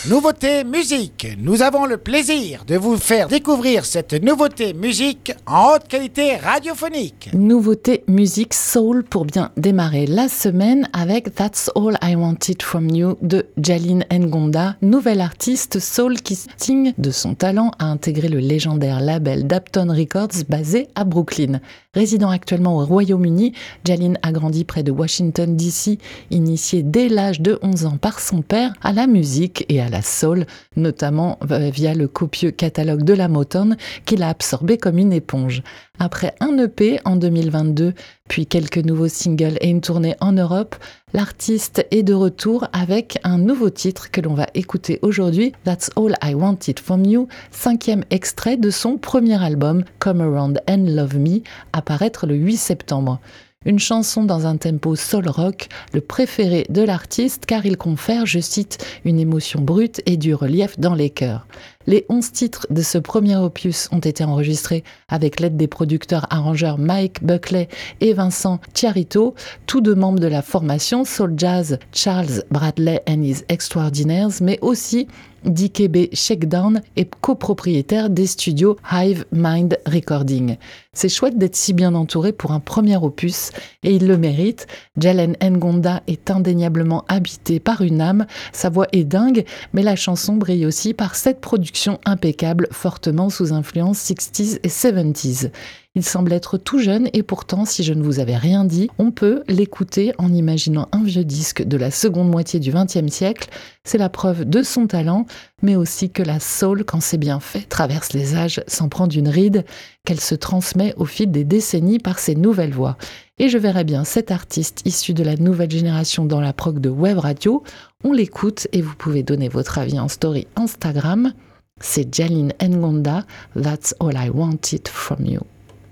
Nouveauté musique. Nous avons le plaisir de vous faire découvrir cette nouveauté musique en haute qualité radiophonique. Nouveauté musique soul pour bien démarrer la semaine avec That's All I Wanted From You de Jaline Ngonda, nouvelle artiste soul qui signe de son talent à intégrer le légendaire label Dapton Records basé à Brooklyn. Résidant actuellement au Royaume-Uni, Jaline a grandi près de Washington DC, initiée dès l'âge de 11 ans par son père à la musique et à la soul, notamment via le copieux catalogue de la Motown qu'il a absorbé comme une éponge. Après un EP en 2022, puis quelques nouveaux singles et une tournée en Europe, l'artiste est de retour avec un nouveau titre que l'on va écouter aujourd'hui, That's All I Wanted From You, 5e extrait de son premier album, Come Around and Love Me, à paraître le 8 septembre. Une chanson dans un tempo soul rock, le préféré de l'artiste car il confère, je cite, une émotion brute et du relief dans les chœurs. Les 11 titres de ce premier opus ont été enregistrés avec l'aide des producteurs arrangeurs Mike Buckley et Vincent Chiarito, tous deux membres de la formation Soul Jazz Charles Bradley and His Extraordinaires, mais aussi DKB Shakedown est copropriétaire des studios Hive Mind Recording. C'est chouette d'être si bien entouré pour un premier opus et il le mérite. Jaline Ngonda est indéniablement habité par une âme, sa voix est dingue, mais la chanson brille aussi par cette production impeccable, fortement sous influence 60s et 70s. Il semble être tout jeune et pourtant, si je ne vous avais rien dit, on peut l'écouter en imaginant un vieux disque de la seconde moitié du XXe siècle. C'est la preuve de son talent, mais aussi que la soul, quand c'est bien fait, traverse les âges sans prendre une ride, qu'elle se transmet au fil des décennies par ses nouvelles voix. Et je verrais bien cet artiste issu de la nouvelle génération dans la prog de Web Radio. On l'écoute et vous pouvez donner votre avis en story Instagram. C'est Jaline Ngonda, That's All I Wanted From You.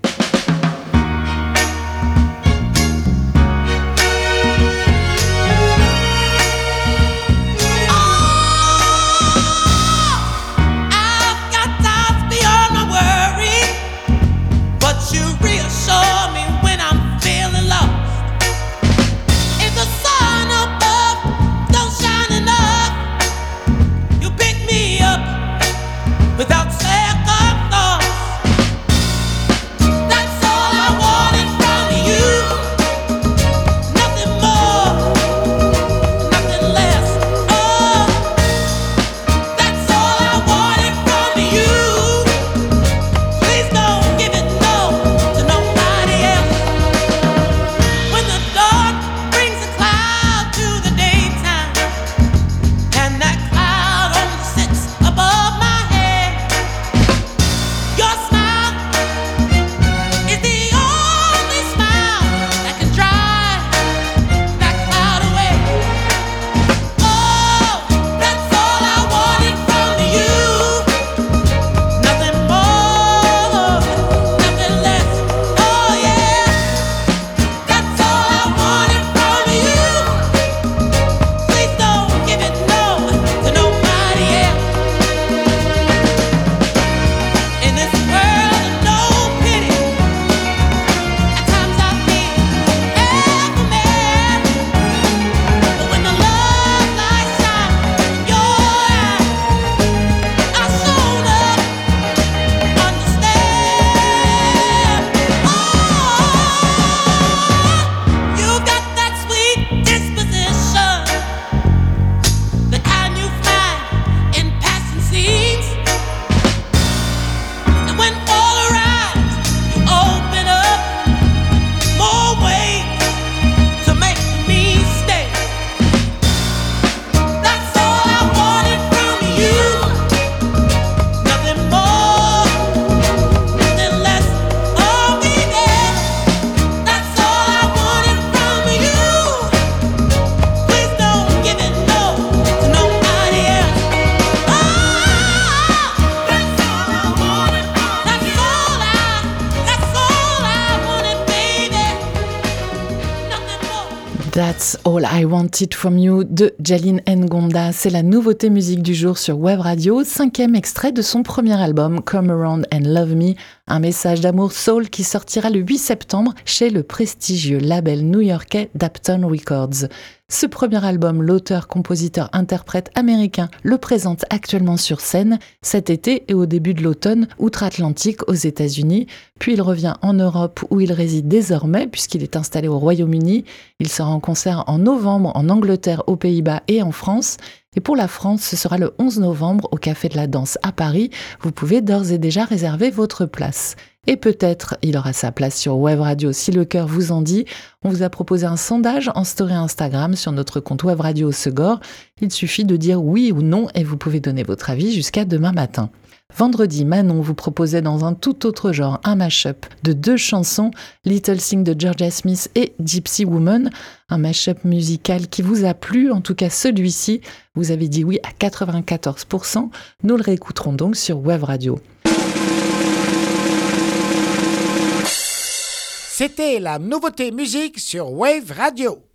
Without second thought, That's All I Wanted From You de Jaline Ngonda. C'est la nouveauté musique du jour sur Web Radio, 5e extrait de son premier album Come Around and Love Me, Un message d'amour soul qui sortira le 8 septembre chez le prestigieux label new-yorkais Dapton Records. Ce premier album, l'auteur, compositeur, interprète américain le présente actuellement sur scène cet été et au début de l'automne outre-Atlantique aux États-Unis. Puis il revient en Europe où il réside désormais puisqu'il est installé au Royaume-Uni. Il sera en concert en novembre en Angleterre, aux Pays-Bas et en France. Et pour la France, ce sera le 11 novembre au Café de la Danse à Paris. Vous pouvez d'ores et déjà réserver votre place. Et peut-être il aura sa place sur Web Radio si le cœur vous en dit. On vous a proposé un sondage en story Instagram sur notre compte Web Radio Segor. Il suffit de dire oui ou non et vous pouvez donner votre avis jusqu'à demain matin. Vendredi, Manon vous proposait dans un tout autre genre un mash-up de 2 chansons, Little Thing de Georgia Smith et Gypsy Woman, un mash-up musical qui vous a plu, en tout cas celui-ci. Vous avez dit oui à 94%. Nous le réécouterons donc sur Web Radio. C'était la nouveauté musique sur Wave Radio.